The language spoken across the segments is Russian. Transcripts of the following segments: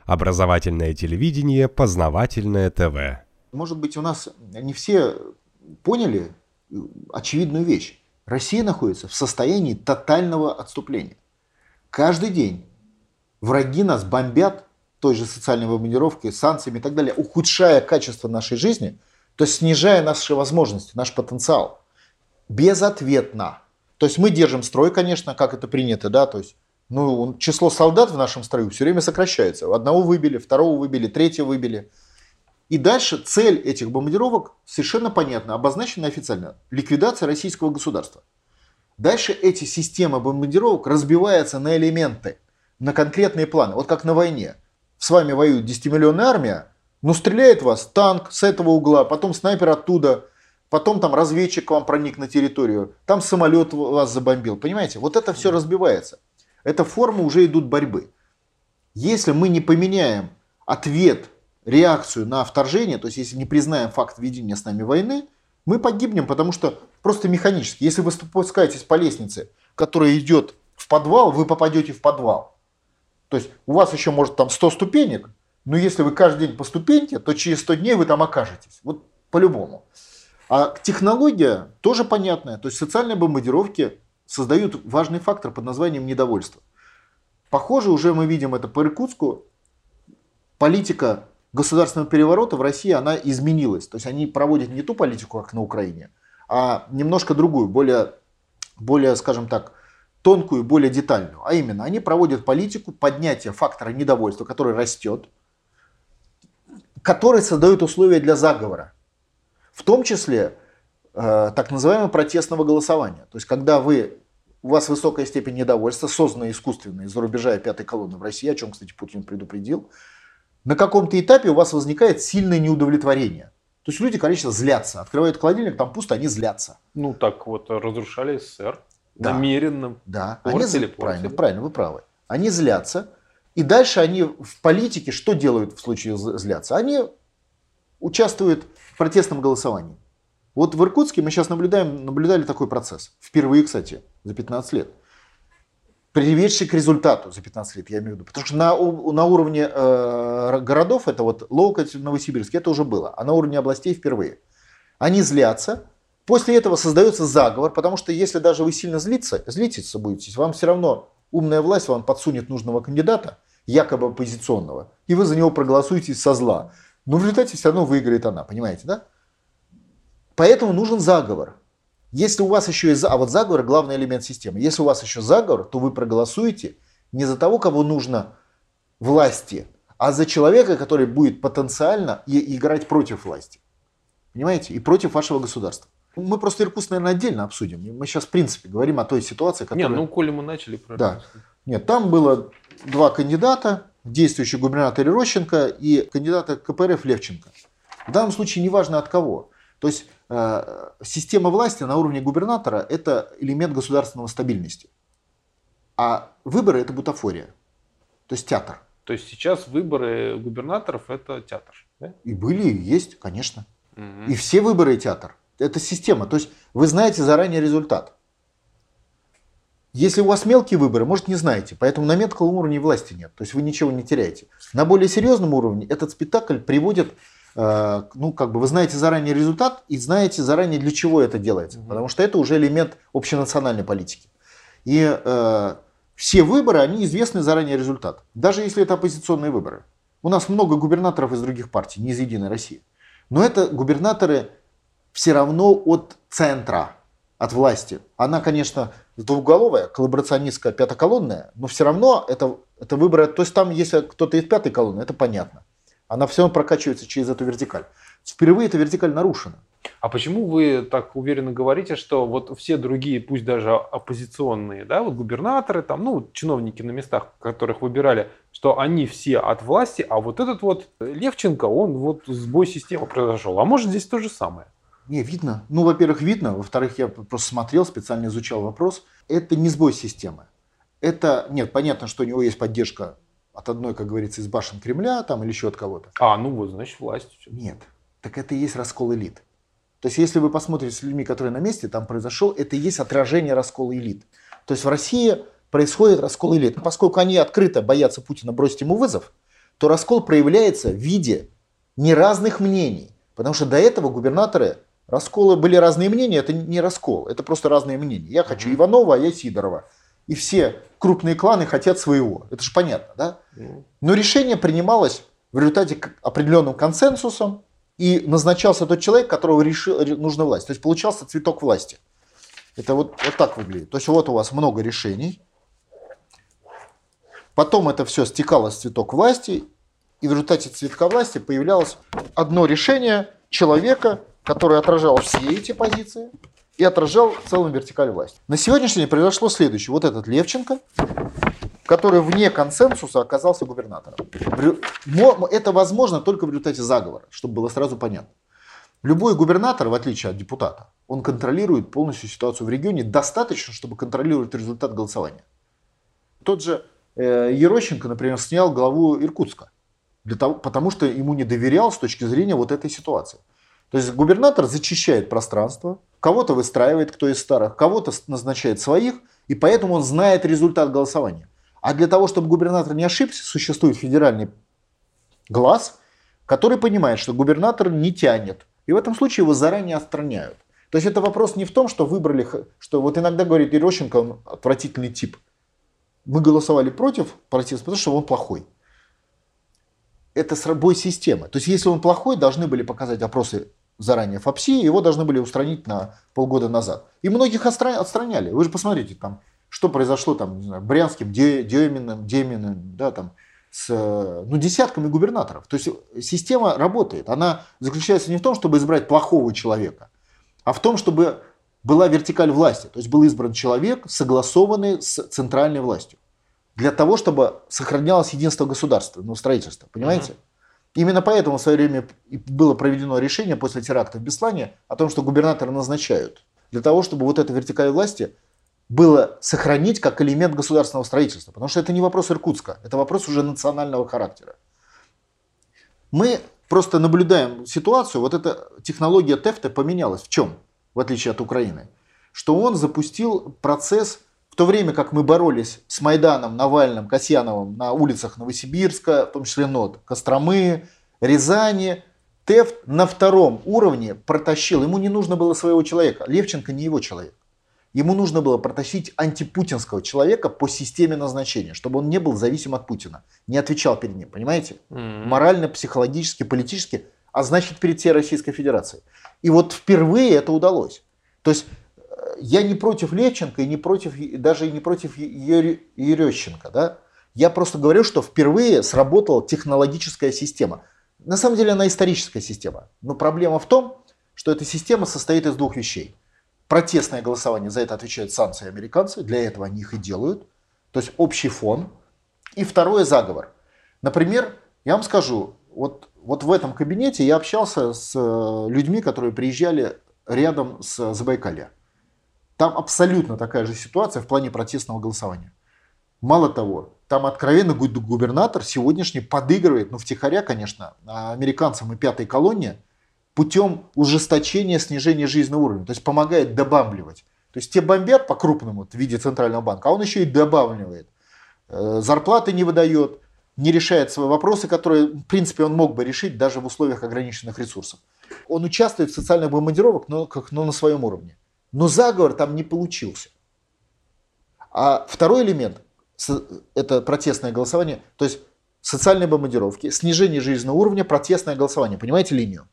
Образовательное телевидение, познавательное ТВ. Может быть, у нас не все поняли очевидную вещь. Россия находится в состоянии тотального отступления. Каждый день враги нас бомбят той же социальной бомбардировкой, санкциями и так далее, ухудшая качество нашей жизни, то есть снижая наши возможности, наш потенциал. Безответно. То есть мы держим строй, конечно, как это принято, да, то есть число солдат в нашем строю все время сокращается. Одного выбили, второго выбили, третьего выбили. И дальше цель этих бомбардировок совершенно понятна, обозначена официально. Ликвидация российского государства. Дальше эти системы бомбардировок разбиваются на элементы, на конкретные планы. Вот как на войне. С вами воюет 10-миллионная армия, но стреляет вас танк с этого угла, потом снайпер оттуда, потом там разведчик к вам проник на территорию, там самолет вас забомбил. Понимаете? Вот это все разбивается. Это формы уже идут борьбы. Если мы не поменяем ответ, реакцию на вторжение, то есть если не признаем факт ведения с нами войны, мы погибнем, потому что просто механически. Если вы спускаетесь по лестнице, которая идет в подвал, вы попадете в подвал. То есть у вас еще может там 100 ступенек, но если вы каждый день по ступеньке, то через 100 дней вы там окажетесь. Вот по-любому. А технология тоже понятная. То есть социальные бомбардировки создают важный фактор под названием недовольство. Похоже, уже мы видим это по Иркутску. Политика государственного переворота в России, она изменилась. То есть они проводят не ту политику, как на Украине, а немножко другую, более, скажем так, тонкую, более детальную. А именно, они проводят политику поднятия фактора недовольства, который растет, который создает условия для заговора. В том числе так называемого протестного голосования. То есть когда у вас высокая степень недовольства, созданная искусственно из-за рубежа пятой колонны в России, о чем, кстати, Путин предупредил, на каком-то этапе у вас возникает сильное неудовлетворение. То есть люди, конечно, злятся. Открывают холодильник, там пусто, они злятся. Ну так вот, разрушали СССР. Да. Намеренно. Да, правильно, вы правы. Они злятся. И дальше они в политике что делают в случае злятся? Они участвуют в протестном голосовании. Вот в Иркутске мы сейчас наблюдали такой процесс. Впервые, кстати, за 15 лет. Приведший к результату за 15 лет, я имею в виду. Потому что на уровне городов, это вот Локоть, Новосибирск, это уже было. А на уровне областей впервые. Они злятся. После этого создается заговор, потому что если даже вы сильно злитесь будете, вам все равно умная власть вам подсунет нужного кандидата, якобы оппозиционного, и вы за него проголосуете со зла. Но в результате все равно выиграет она, понимаете, да? Поэтому нужен заговор. Если у вас еще и вот заговор – главный элемент системы. Если у вас еще заговор, то вы проголосуете не за того, кого нужно власти, а за человека, который будет потенциально играть против власти. Понимаете? И против вашего государства. Мы просто Иркутск, наверное, отдельно обсудим. Мы сейчас, в принципе, говорим о той ситуации, которая... коли мы начали про да. Нет, там было два кандидата, действующий губернатор Рощенко и кандидата КПРФ Левченко. В данном случае неважно от кого. То есть система власти на уровне губернатора – это элемент государственной стабильности. А выборы – это бутафория, то есть театр. То есть сейчас выборы губернаторов – это театр, да? И были, и есть, конечно. Угу. И все выборы – театр. Это система. То есть вы знаете заранее результат. Если у вас мелкие выборы, может, не знаете, поэтому на мелком уровне власти нет. То есть вы ничего не теряете. На более серьезном уровне этот спектакль приводит... вы знаете заранее результат и знаете заранее, для чего это делается. Потому что это уже элемент общенациональной политики. И все выборы, они известны заранее результат. Даже если это оппозиционные выборы. У нас много губернаторов из других партий, не из Единой России. Но это губернаторы все равно от центра, от власти. Она, конечно, двуголовая, коллаборационистская, пятоколонная, но все равно это выборы. То есть там, если кто-то из пятой колонны, это понятно. Она все равно прокачивается через эту вертикаль. Впервые эта вертикаль нарушена. А почему вы так уверенно говорите, что вот все другие, пусть даже оппозиционные, да, вот губернаторы, там, чиновники на местах, которых выбирали, что они все от власти, а вот этот вот Левченко, он вот сбой системы произошел. А может здесь то же самое? Не, видно. Во-первых, видно. Во-вторых, я просто смотрел, специально изучал вопрос. Это не сбой системы. Нет, понятно, что у него есть поддержка от одной, как говорится, из башен Кремля там, или еще от кого-то. Значит, власть. Нет, так это и есть раскол элит. То есть, если вы посмотрите с людьми, которые на месте, там произошел, это и есть отражение раскола элит. То есть, в России происходит раскол элит. Поскольку они открыто боятся Путина бросить ему вызов, то раскол проявляется в виде неразных мнений. Потому что до этого губернаторы, расколы были разные мнения, это не раскол, это просто разные мнения. Я хочу Иванова, а я Сидорова. И все крупные кланы хотят своего. Это же понятно, да? Но решение принималось в результате определенным консенсусом, и назначался тот человек, которого нужна власть. То есть получался цветок власти. Это вот так выглядит. То есть вот у вас много решений. Потом это все стекалось в цветок власти, и в результате цветка власти появлялось одно решение человека, который отражал все эти позиции и отражал целую вертикаль власти. На сегодняшний день произошло следующее. Вот этот Левченко, который вне консенсуса оказался губернатором. Это возможно только в результате заговора, чтобы было сразу понятно. Любой губернатор, в отличие от депутата, он контролирует полностью ситуацию в регионе, достаточно, чтобы контролировать результат голосования. Тот же Ерощенко, например, снял главу Иркутска, потому что ему не доверял с точки зрения вот этой ситуации. То есть губернатор зачищает пространство, кого-то выстраивает, кто из старых, кого-то назначает своих, и поэтому он знает результат голосования. А для того, чтобы губернатор не ошибся, существует федеральный глаз, который понимает, что губернатор не тянет. И в этом случае его заранее отстраняют. То есть это вопрос не в том, что выбрали, что вот иногда говорит Ерощенко, он отвратительный тип. Мы голосовали против протеста, потому что он плохой. Это сбой системы. То есть если он плохой, должны были показать опросы заранее в ФАПСИ, его должны были устранить на полгода назад. И многих отстраняли. Вы же посмотрите, там, что произошло там, не знаю, Брянским, Деминым, да, там, с десятками губернаторов. То есть система работает. Она заключается не в том, чтобы избрать плохого человека, а в том, чтобы была вертикаль власти. То есть был избран человек, согласованный с центральной властью. Для того, чтобы сохранялось единство государственного строительства. Понимаете? Именно поэтому в свое время было проведено решение после теракта в Беслане о том, что губернаторы назначают. Для того, чтобы вот эта вертикаль власти было сохранить как элемент государственного строительства. Потому что это не вопрос Иркутска, это вопрос уже национального характера. Мы просто наблюдаем ситуацию, вот эта технология ТЭФТа поменялась. В чем? В отличие от Украины. Что он запустил процесс, в то время как мы боролись с Майданом, Навальным, Касьяновым на улицах Новосибирска, в том числе НОД, Костромы, Рязани, ТЭФТ на втором уровне протащил. Ему не нужно было своего человека. Левченко не его человек. Ему нужно было протащить антипутинского человека по системе назначения, чтобы он не был зависим от Путина, не отвечал перед ним, понимаете? Морально, психологически, политически, а значит перед всей Российской Федерацией. И вот впервые это удалось. То есть я не против Левченко и не против, даже и не против Ерещенко, да? Я просто говорю, что впервые сработала технологическая система. На самом деле она историческая система. Но проблема в том, что эта система состоит из двух вещей. Протестное голосование, за это отвечают санкции американцы, для этого они их и делают. То есть общий фон. И второе — заговор. Например, я вам скажу, вот в этом кабинете я общался с людьми, которые приезжали рядом с Забайкалья. Там абсолютно такая же ситуация в плане протестного голосования. Мало того, там откровенно губернатор сегодняшний подыгрывает, втихаря, конечно, американцам и пятой колонне, путем ужесточения, снижения жизненного уровня. То есть помогает добавливать. То есть те бомбят по-крупному в виде Центрального банка, а он еще и добавливает. Зарплаты не выдает, не решает свои вопросы, которые, в принципе, он мог бы решить даже в условиях ограниченных ресурсов. Он участвует в социальных бомбардировках, но на своем уровне. Но заговор там не получился. А второй элемент – это протестное голосование, то есть социальные бомбардировки, снижение жизненного уровня, протестное голосование. Понимаете линию?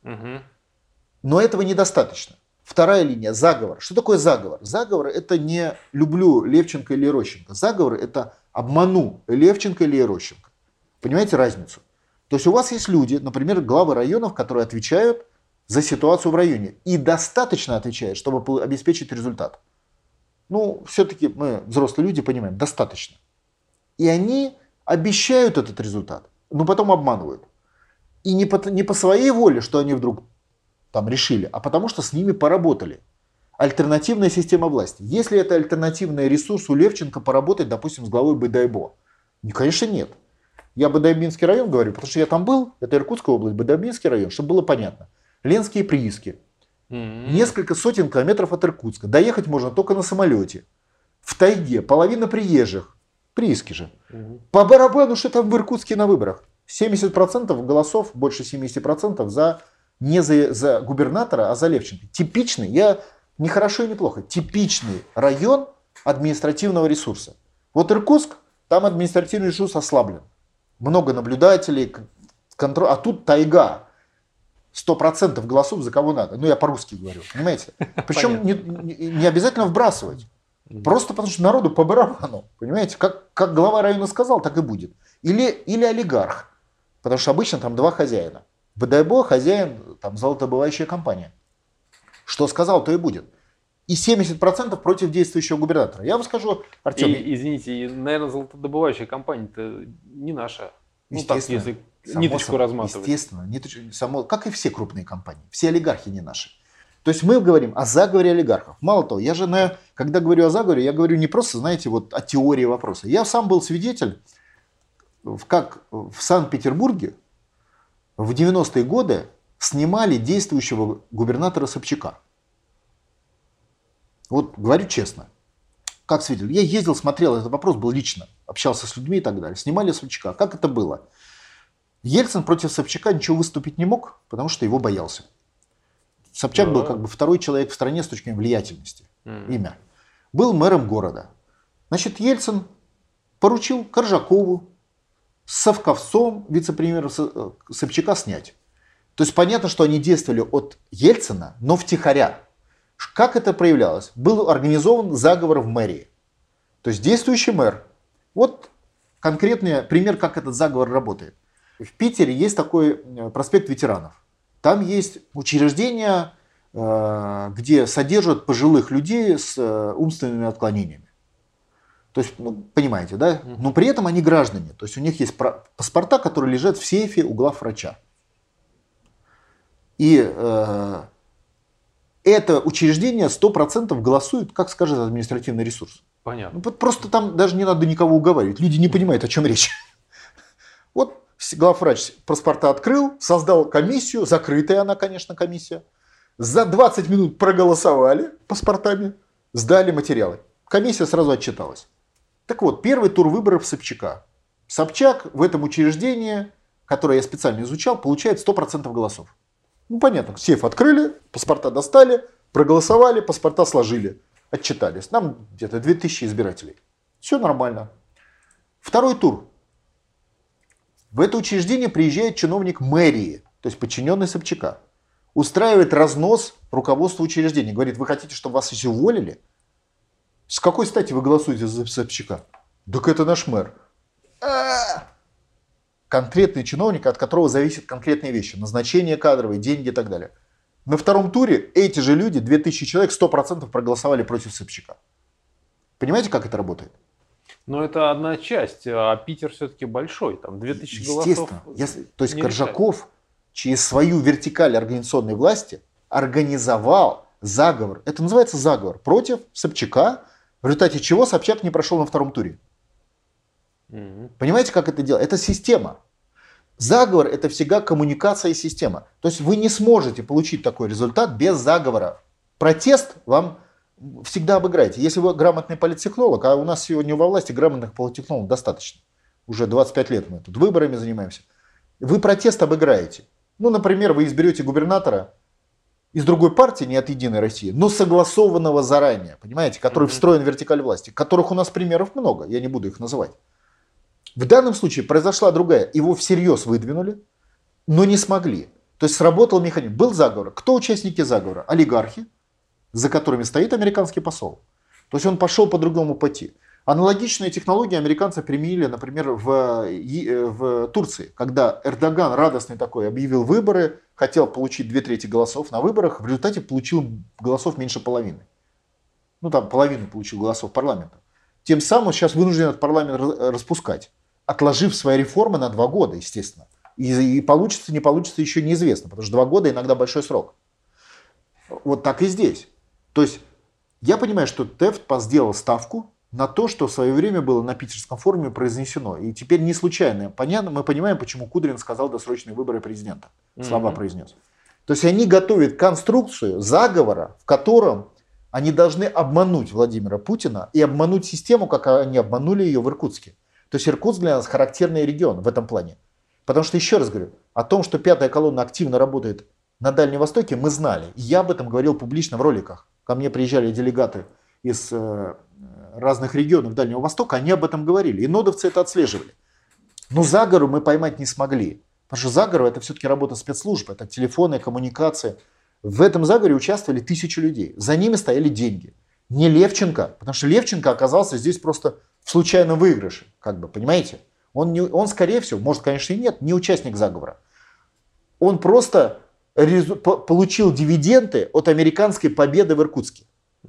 Но этого недостаточно. Вторая линия – заговор. Что такое заговор? Заговор – это не люблю Левченко или Ерощенко. Заговор – это обману Левченко или Ерощенко. Понимаете разницу? То есть у вас есть люди, например, главы районов, которые отвечают за ситуацию в районе. И достаточно отвечают, чтобы обеспечить результат. Все-таки мы, взрослые люди, понимаем, достаточно. И они обещают этот результат, но потом обманывают. И не по своей воле, что они вдруг там решили, а потому что с ними поработали. Альтернативная система власти. Если это альтернативный ресурс у Левченко поработать, допустим, с главой Бодайбо? Конечно, нет. Я Бодайбинский район говорю, потому что я там был, это Иркутская область, Бодайбинский район, чтобы было понятно. Ленские прииски. Несколько сотен километров от Иркутска. Доехать можно только на самолете. В тайге половина приезжих. Прииски же. По барабану, что там в Иркутске на выборах. 70% голосов, больше 70% не за губернатора, а за Левченко. Типичный, не хорошо и не плохо, типичный район административного ресурса. Вот Иркутск, там административный ресурс ослаблен. Много наблюдателей, контроль, а тут тайга. 100% голосов за кого надо. Ну, я по-русски говорю, понимаете? Причем не обязательно вбрасывать. Просто потому что народу по барабану. Понимаете? Как глава района сказал, так и будет. Или олигарх. Потому что обычно там два хозяина. БДБ хозяин, там золотодобывающая компания. Что сказал, то и будет. И 70% против действующего губернатора. Я вам скажу, Артем... Извините, наверное, золотодобывающая компания-то не наша. Ну так, Естественно. если ниточку разматывать. Естественно, как и все крупные компании. Все олигархи не наши. То есть мы говорим о заговоре олигархов. Мало того, когда говорю о заговоре, я говорю не просто, знаете, вот о теории вопроса. Я сам был свидетель, как в Санкт-Петербурге в 90-е годы снимали действующего губернатора Собчака. Вот говорю честно, как свидетель. Я ездил, смотрел этот вопрос, был лично, общался с людьми и так далее. Снимали Собчака. Как это было? Ельцин против Собчака ничего выступить не мог, потому что его боялся. Собчак был как бы второй человек в стране с точки зрения влиятельности. Имя. Был мэром города. Значит, Ельцин поручил Коржакову с Совковцом, вице-премьера Собчака, снять. То есть понятно, что они действовали от Ельцина, но втихаря. Как это проявлялось? Был организован заговор в мэрии. То есть действующий мэр. Вот конкретный пример, как этот заговор работает. В Питере есть такой проспект ветеранов. Там есть учреждения, где содержат пожилых людей с умственными отклонениями. То есть, понимаете, да? Но при этом они граждане. То есть у них есть паспорта, которые лежат в сейфе у главврача. И это учреждение 100% голосует, как скажет административный ресурс. Понятно. Просто там даже не надо никого уговаривать. Люди не понимают, о чем речь. Вот главврач паспорта открыл, создал комиссию, закрытая она, конечно, комиссия. За 20 минут проголосовали паспортами, сдали материалы. Комиссия сразу отчиталась. Так вот, первый тур выборов Собчака. Собчак в этом учреждении, которое я специально изучал, получает 100% голосов. Ну, понятно, сейф открыли, паспорта достали, проголосовали, паспорта сложили, отчитались. Нам где-то 2000 избирателей. Все нормально. Второй тур. В это учреждение приезжает чиновник мэрии, то есть подчиненный Собчака. Устраивает разнос руководству учреждения. Говорит, вы хотите, чтобы вас все уволили? С какой стати вы голосуете за Собчака? Так это наш мэр. Конкретный чиновник, от которого зависят конкретные вещи. Назначение кадровые, деньги и так далее. На втором туре эти же люди, 2000 человек, 100% проголосовали против Собчака. Понимаете, как это работает? Но это одна часть, а Питер все-таки большой, там 2000 голосов. То есть Коржаков через свою вертикаль организационной власти организовал заговор. Это называется заговор против Собчака, в результате чего Собчак не прошел на втором туре. Понимаете, как это делать? Это система. Заговор – это всегда коммуникация и система. То есть вы не сможете получить такой результат без заговора. Протест вам всегда обыграете. Если вы грамотный политтехнолог, а у нас сегодня во власти грамотных политтехнологов достаточно. Уже 25 лет мы тут выборами занимаемся. Вы протест обыграете. Ну, например, вы изберете губернатора из другой партии, не от Единой России, но согласованного заранее, понимаете, который встроен в вертикаль власти, которых у нас примеров много, я не буду их называть. В данном случае произошла другая. Его всерьез выдвинули, но не смогли. То есть сработал механизм. Был заговор. Кто участники заговора? Олигархи, за которыми стоит американский посол. То есть он пошел по другому пути. Аналогичные технологии американцы применили, например, в Турции, когда Эрдоган, радостный такой, объявил выборы, хотел получить 2/3 голосов на выборах, в результате получил голосов меньше половины. Ну там половину получил голосов парламента. Тем самым сейчас вынужден этот парламент распускать, отложив свои реформы на 2 года, естественно. И получится, не получится, еще неизвестно, потому что 2 года иногда большой срок. Вот так и здесь. То есть я понимаю, что ТЭФ сделал ставку на то, что в свое время было на Питерском форуме произнесено. И теперь не случайно. Понятно, мы понимаем, почему Кудрин сказал досрочные выборы президента. Слова произнес. То есть они готовят конструкцию заговора, в котором они должны обмануть Владимира Путина и обмануть систему, как они обманули ее в Иркутске. То есть Иркутск для нас характерный регион в этом плане. Потому что, еще раз говорю, о том, что пятая колонна активно работает на Дальнем Востоке, мы знали. И я об этом говорил публично в роликах. Ко мне приезжали делегаты из разных регионов Дальнего Востока, они об этом говорили. И нодовцы это отслеживали. Но заговору мы поймать не смогли. Потому что заговор это все-таки работа спецслужб, это телефоны, коммуникации. В этом заговоре участвовали 1000 людей. За ними стояли деньги. Не Левченко, потому что Левченко оказался здесь просто в случайном выигрыше. Как бы, понимаете? Он, скорее всего, может, конечно, и нет, не участник заговора. Он просто получил дивиденды от американской победы в Иркутске.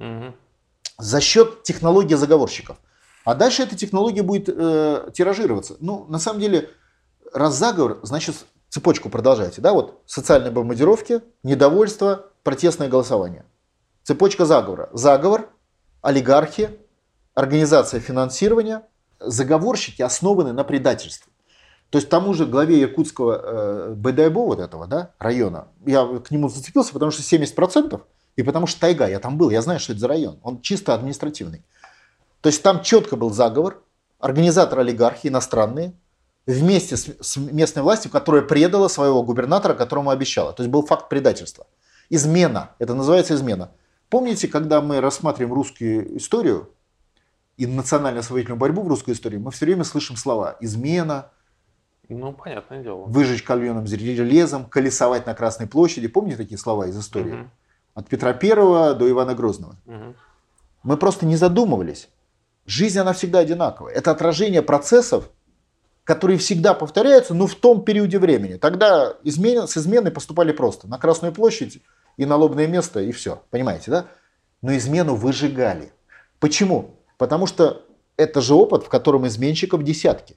За счет технологии заговорщиков. А дальше эта технология будет тиражироваться. Ну, на самом деле, раз заговор, значит, цепочку продолжайте. Да? Вот социальные бомбардировки, недовольство, протестное голосование. Цепочка заговора. Заговор, олигархи, организация финансирования. Заговорщики основаны на предательстве. То есть тому же главе иркутского Бэдайбо, вот этого, да, района, я к нему зацепился, потому что 70%, и потому что тайга, я там был, я знаю, что это за район, он чисто административный. То есть там четко был заговор, организаторы олигархи иностранные, вместе с местной властью, которая предала своего губернатора, которому обещала. То есть был факт предательства. Измена, это называется измена. Помните, когда мы рассматриваем русскую историю и национально-освободительную борьбу в русской истории, мы все время слышим слова «измена», ну, понятное дело. «выжечь кальвеном железом», «колесовать на Красной площади». Помните такие слова из истории? От Петра I до Ивана Грозного. Мы просто не задумывались. Жизнь, она всегда одинаковая. Это отражение процессов, которые всегда повторяются, но в том периоде времени. Тогда с изменой поступали просто. На Красную площадь и на лобное место, и все. Понимаете, да? Но измену выжигали. Почему? Потому что это же опыт, в котором изменщиков десятки.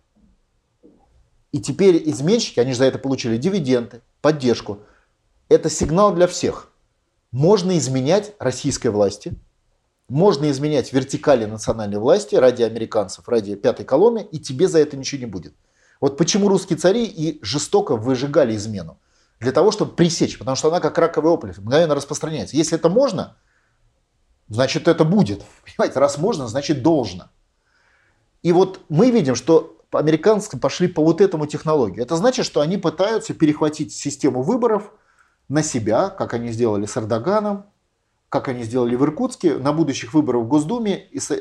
И теперь изменщики, они же за это получили дивиденды, поддержку. Это сигнал для всех. Можно изменять российской власти, можно изменять вертикали национальной власти ради американцев, ради пятой колонны, и тебе за это ничего не будет. Вот почему русские цари и жестоко выжигали измену. Для того, чтобы пресечь, потому что она как раковая опухоль, мгновенно распространяется. Если это можно, значит это будет. Понимаете, раз можно, значит должно. И вот мы видим, что американцы пошли по вот этому технологии. Это значит, что они пытаются перехватить систему выборов на себя, как они сделали с Эрдоганом, как они сделали в Иркутске, на будущих выборах в Госдумы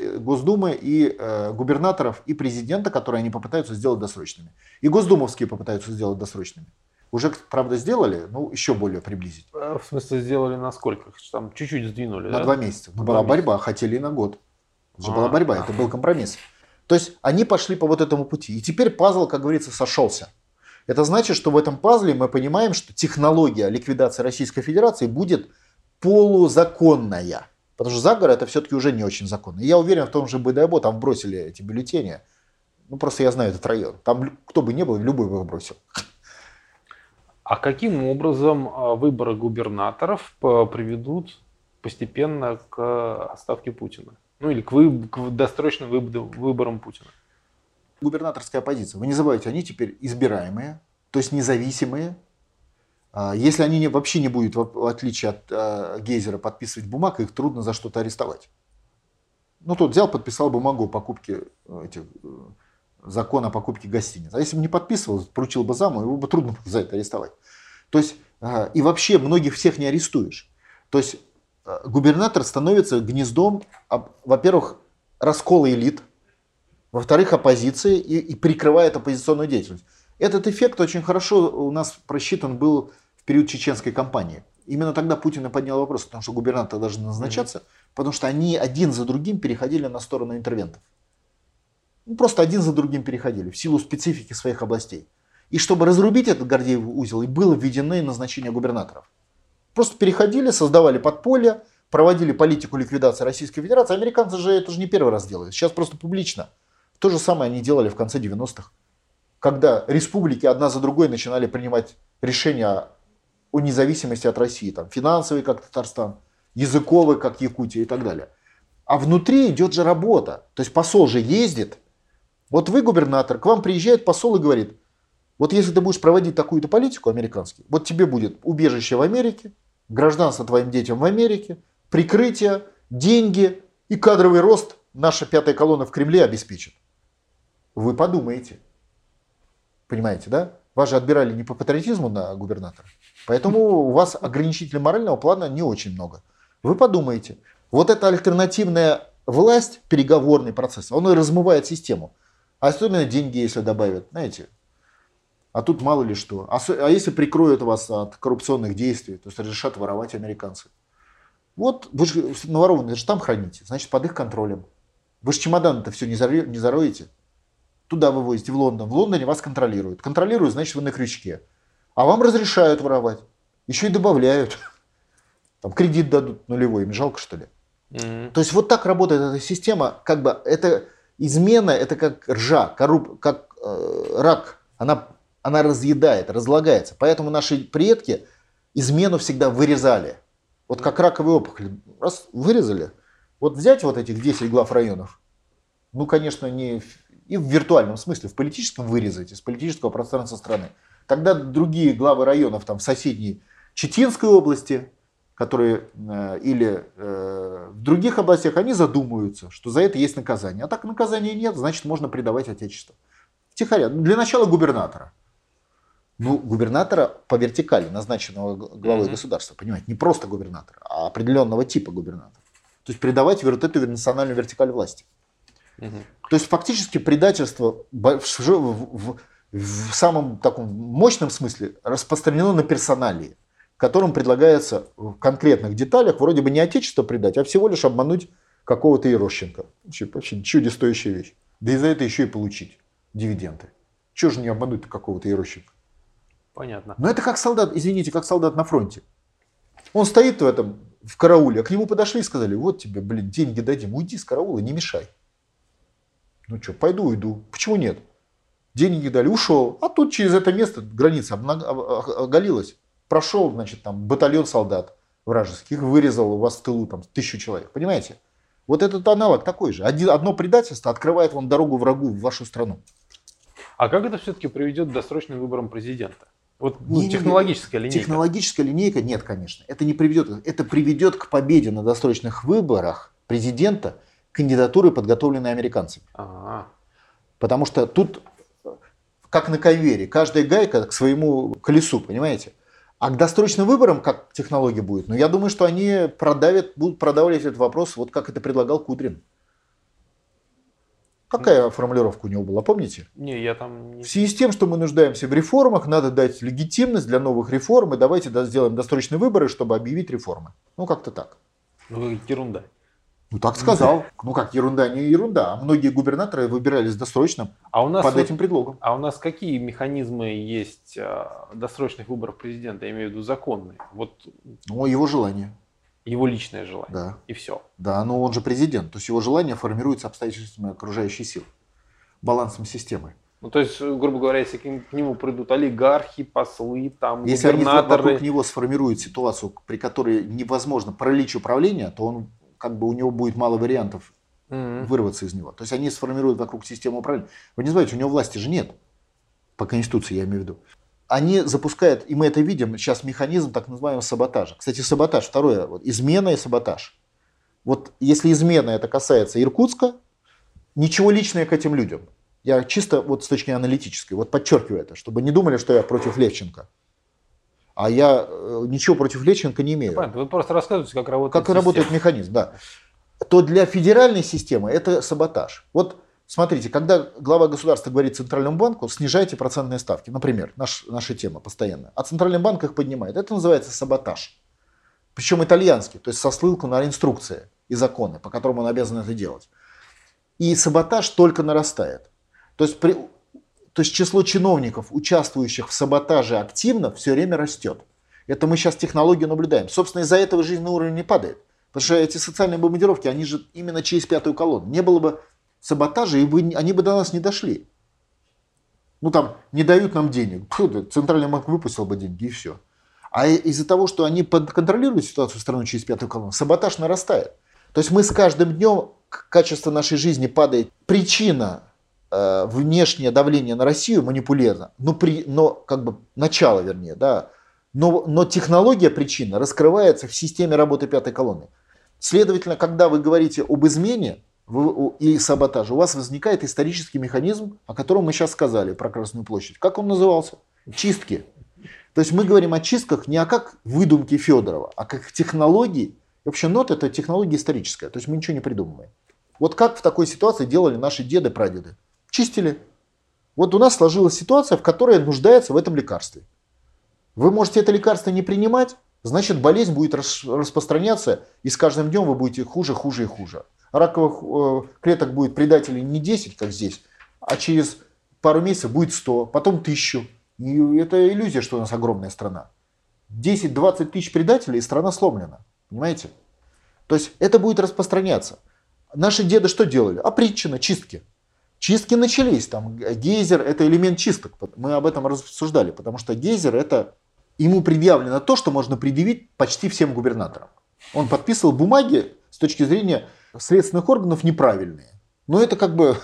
и губернаторов, и президента, которые они попытаются сделать досрочными. И госдумовские попытаются сделать досрочными. Уже, правда, сделали, но еще более приблизить. В смысле, сделали на сколько? Там чуть-чуть сдвинули, на да? 2 месяца. Была борьба, хотели и на год. Это же была борьба, это был компромисс. То есть они пошли по вот этому пути. И теперь пазл, как говорится, сошелся. Это значит, что в этом пазле мы понимаем, что технология ликвидации Российской Федерации будет полузаконная. Потому что заговор это все-таки уже не очень законно. И я уверен, в том же Бэдайбо там бросили эти бюллетени. Ну просто я знаю этот район. Там кто бы ни был, любой бы их бросил. А каким образом выборы губернаторов приведут постепенно к отставке Путина? Ну или к досрочным выборам Путина? Губернаторская оппозиция. Вы не забывайте, они теперь избираемые, то есть независимые. Если они вообще не будут, в отличие от Гейзера, подписывать бумаг, их трудно за что-то арестовать. Ну, тот взял, подписал бумагу о покупке закон о покупке гостиниц. А если бы не подписывал, поручил бы заму, его бы трудно за это арестовать. То есть, и вообще многих всех не арестуешь. То есть, губернатор становится гнездом, во-первых, раскола элит, во-вторых, оппозиции и прикрывает оппозиционную деятельность. Этот эффект очень хорошо у нас просчитан был в период чеченской кампании. Именно тогда Путин и поднял вопрос, потому что губернаторы должны назначаться, потому что они один за другим переходили на сторону интервентов. Ну, просто один за другим переходили в силу специфики своих областей. И чтобы разрубить этот Гордеев узел, и было введено назначение губернаторов. Просто переходили, создавали подполье, проводили политику ликвидации Российской Федерации. Американцы же это же не первый раз делают. Сейчас просто публично. То же самое они делали в конце 90-х. Когда республики одна за другой начинали принимать решения о независимости от России. Там, финансовые, как Татарстан, языковые, как Якутия и так далее. А внутри идет же работа. То есть посол же ездит. Вот вы губернатор, к вам приезжает посол и говорит, вот если ты будешь проводить такую-то политику американскую, вот тебе будет убежище в Америке, гражданство твоим детям в Америке, прикрытие, деньги и кадровый рост наша пятая колонна в Кремле обеспечит. Вы подумаете. Понимаете, да? Вас же отбирали не по патриотизму на губернатора. Поэтому у вас ограничителей морального плана не очень много. Вы подумайте. Вот эта альтернативная власть, переговорный процесс, он и размывает систему. Особенно деньги, если добавят, знаете. А тут мало ли что. А если прикроют вас от коррупционных действий, то есть разрешат воровать американцы. Вот вы же наворованные же там храните, значит под их контролем. Вы же чемодан-то все не зароете. Туда вывозите, в Лондон. В Лондоне вас контролируют. Контролируют, значит вы на крючке. А вам разрешают воровать. Еще и добавляют. Там кредит дадут нулевой, им жалко что ли. То есть вот так работает эта система. Как бы это измена, это как ржа, как рак. Она разъедает, разлагается. Поэтому наши предки измену всегда вырезали. Вот как раковые опухоли. Раз вырезали. Вот взять вот этих 10 глав районов. Ну, конечно, не и в виртуальном смысле, в политическом вырезать из политического пространства страны. Тогда другие главы районов там, в соседней Читинской области, которые или в других областях, они задумаются, что за это есть наказание. А так наказания нет, значит можно предавать отечество. Втихаря. Для начала губернатора. Ну, губернатора по вертикали, назначенного главой государства, понимаете, не просто губернатора, а определенного типа губернатора. То есть предавать вот эту национальную вертикаль власти. То есть фактически предательство в самом таком мощном смысле распространено на персоналии, которым предлагается в конкретных деталях вроде бы не отечество предать, а всего лишь обмануть какого-то Ерощенко. Вообще чудестоящая вещь. Да и за это еще и получить дивиденды. Чего же не обмануть какого-то Ерощенко? Понятно. Но это как солдат, извините, как солдат на фронте. Он стоит в карауле, а к нему подошли и сказали: вот тебе, деньги дадим, уйди с караула, не мешай. Ну что, пойду, уйду. Почему нет? Деньги дали, ушел. А тут через это место граница оголилась. Прошел, значит, там батальон солдат вражеских, вырезал у вас в тылу там 1000 человек. Понимаете? Вот этот аналог такой же. Одно предательство открывает вам дорогу врагу в вашу страну. А как это все-таки приведет к досрочным выборам президента? Вот технологическая линейка. Технологическая линейка нет, конечно. Это не приведет. Это приведет к победе на досрочных выборах президента кандидатуры, подготовленные американцами. Потому что тут, как на конвейере, каждая гайка к своему колесу, понимаете? А к досрочным выборам как технология будет? Ну, я думаю, что они будут продавливать этот вопрос, вот как это предлагал Кудрин. Какая формулировка у него была, помните? Не, я там не... В связи с тем, что мы нуждаемся в реформах, надо дать легитимность для новых реформ, и давайте сделаем досрочные выборы, чтобы объявить реформы. Ну, как-то так. Ну, ерунда. Ну, так сказал. Ну, как ерунда, не ерунда. А многие губернаторы выбирались досрочно под этим предлогом. А у нас какие механизмы есть досрочных выборов президента, я имею в виду законные? Вот... Ну, его желание. Его личное желание. Да. И все. Да, но он же президент. То есть его желание формируется обстоятельствами окружающей силы. Балансом системы. Ну, то есть, грубо говоря, если к нему придут олигархи, послы, там, если губернаторы... Если вокруг него сформируют ситуацию, при которой невозможно паралич управления, то он, у него будет мало вариантов вырваться из него. То есть они сформируют вокруг систему управления. Вы не забывайте, у него власти же нет. По Конституции я имею в виду. Они запускают, и мы это видим, сейчас механизм так называемого саботажа. Кстати, саботаж, второе, измена и саботаж. Вот если измена это касается Иркутска, ничего личного к этим людям. Я чисто с точки аналитической, подчеркиваю это, чтобы не думали, что я против Левченко. А я ничего против Левченко не имею. Понятно, вы просто рассказываете, как работает система. Как работает механизм, да. То для федеральной системы это саботаж. Вот смотрите, когда глава государства говорит Центральному банку, снижайте процентные ставки, например, наша тема постоянно, а Центральный банк их поднимает, это называется саботаж. Причем итальянский, то есть со ссылкой на инструкции и законы, по которым он обязан это делать. И саботаж только нарастает. То есть число чиновников, участвующих в саботаже активно, все время растет. Это мы сейчас технологию наблюдаем. Собственно, из-за этого жизненный уровень не падает. Потому что эти социальные бомбардировки, они же именно через пятую колонну. Не было бы саботажа, и они бы до нас не дошли. Ну там, не дают нам денег. Центральный банк выпустил бы деньги, и все. А из-за того, что они контролируют ситуацию в страну через пятую колонну, саботаж нарастает. То есть мы с каждым днем, качество нашей жизни падает. Причина внешнее давление на Россию манипулярно, но начало вернее, да. Но технология причина раскрывается в системе работы пятой колонны. Следовательно, когда вы говорите об измене и саботаже, у вас возникает исторический механизм, о котором мы сейчас сказали, про Красную площадь. Как он назывался? Чистки. То есть мы говорим о чистках не как выдумке Федорова, а как технологии. Вообще НОТ это технология историческая, то есть мы ничего не придумываем. Вот как в такой ситуации делали наши деды, прадеды? Чистили. Вот у нас сложилась ситуация, в которой нуждается в этом лекарстве. Вы можете это лекарство не принимать, значит болезнь будет распространяться, и с каждым днем вы будете хуже, хуже и хуже. Раковых клеток будет предателей не 10, как здесь, а через пару месяцев будет 100, потом 1000. И это иллюзия, что у нас огромная страна. 10-20 тысяч предателей, и страна сломлена. Понимаете? То есть это будет распространяться. Наши деды что делали? Опричнина, чистки. Чистки начались. Там гейзер – это элемент чисток. Мы об этом рассуждали, потому что гейзер – это ему предъявлено то, что можно предъявить почти всем губернаторам. Он подписывал бумаги с точки зрения следственных органов неправильные. Но это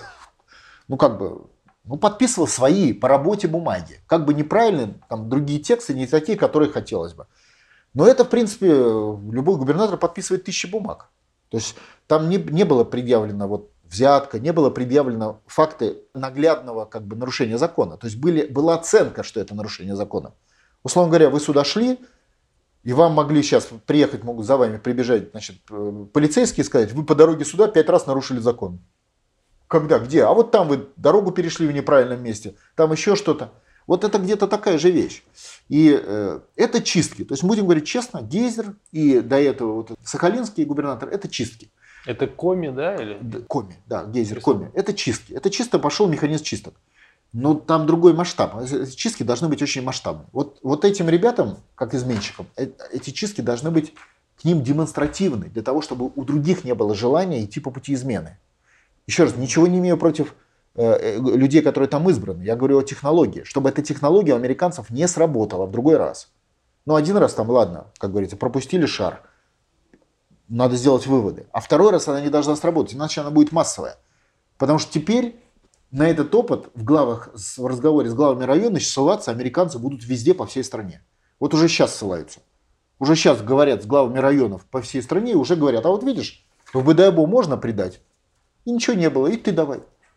подписывал свои по работе бумаги. Как бы неправильные, там другие тексты, не такие, которые хотелось бы. Но это, в принципе, любой губернатор подписывает 1000 бумаг. То есть там не было предъявлено взятка, не было предъявлено факты наглядного нарушения закона. То есть была оценка, что это нарушение закона. Условно говоря, вы сюда шли, и вам могли сейчас приехать, могут за вами прибежать полицейские и сказать, вы по дороге сюда 5 раз нарушили закон. Когда? Где? А вот там вы дорогу перешли в неправильном месте, там еще что-то. Вот это где-то такая же вещь. И это чистки. То есть будем говорить честно, Гейзер и до этого Сахалинский губернатор – это чистки. Это Коми, да? Или? Коми, да, Гейзер, Коми. Это чистки. Это чисто пошел механизм чисток. Но там другой масштаб. Чистки должны быть очень масштабны. Вот этим ребятам, как изменщикам, эти чистки должны быть к ним демонстративны, для того, чтобы у других не было желания идти по пути измены. Еще раз, ничего не имею против людей, которые там избраны. Я говорю о технологии. Чтобы эта технология у американцев не сработала в другой раз. Ну, один раз там, ладно, как говорится, пропустили шар. Надо сделать выводы. А второй раз она не должна сработать, иначе она будет массовая. Потому что теперь на этот опыт в разговоре с главами районов ссылаться американцы будут везде по всей стране. Вот уже сейчас ссылаются. Уже сейчас говорят с главами районов по всей стране и уже говорят, а вот видишь, в БДАБО можно предать? И ничего не было, и ты давай.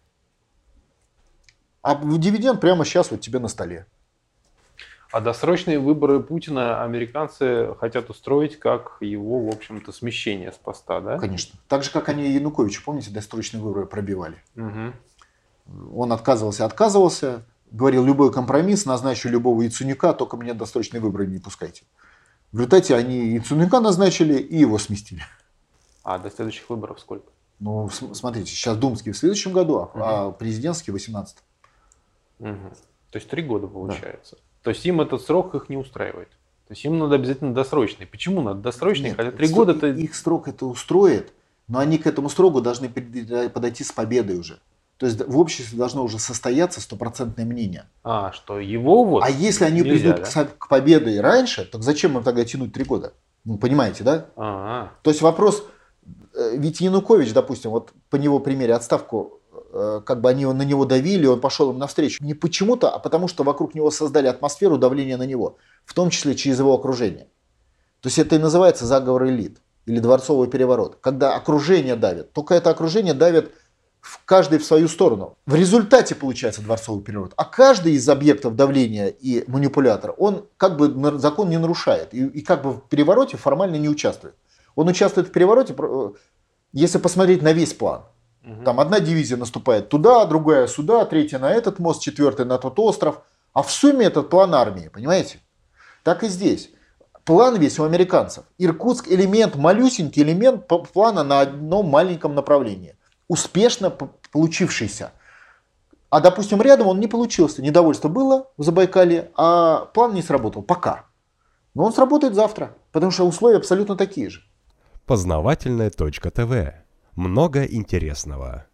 А дивиденд прямо сейчас вот тебе на столе. А досрочные выборы Путина американцы хотят устроить как его, в общем-то, смещение с поста, да? Конечно. Так же, как они Януковича, помните, досрочные выборы пробивали. Угу. Он отказывался, говорил, любой компромисс, назначу любого Яценюка, только меня досрочные выборы не пускайте. В результате они Яценюка назначили и его сместили. А до следующих выборов сколько? Ну, смотрите, сейчас думские в следующем году, а президентские в 2018. Угу. То есть 3 года получается. Да. То есть им этот срок их не устраивает. То есть им надо обязательно досрочный. Почему надо досрочный? Нет, хотя 3 года-то... Их срок это устроит, но они к этому сроку должны подойти с победой уже. То есть в обществе должно уже состояться стопроцентное мнение. А, что его вот... А если они нельзя, придут да? к победе раньше, то зачем им тогда тянуть 3 года? Ну, понимаете, да? А-а. То есть вопрос... Ведь Янукович, допустим, вот по его примере отставку, как бы они на него давили, он пошел им навстречу. Не почему-то, а потому что вокруг него создали атмосферу давления на него, в том числе через его окружение. То есть это и называется заговор элит или дворцовый переворот. Когда окружение давит, только это окружение давит каждый в свою сторону. В результате получается дворцовый переворот. А каждый из объектов давления и манипулятора, он как бы закон не нарушает и как бы в перевороте формально не участвует. Он участвует в перевороте, если посмотреть на весь план. Там одна дивизия наступает туда, другая сюда, третья на этот мост, четвертая на тот остров. А в сумме этот план армии, понимаете? Так и здесь. План весь у американцев. Иркутск элемент, малюсенький элемент плана на одном маленьком направлении. Успешно получившийся. А, допустим, рядом он не получился. Недовольство было в Забайкалье, а план не сработал пока. Но он сработает завтра, потому что условия абсолютно такие же. Познавательная точка ТВ. Много интересного.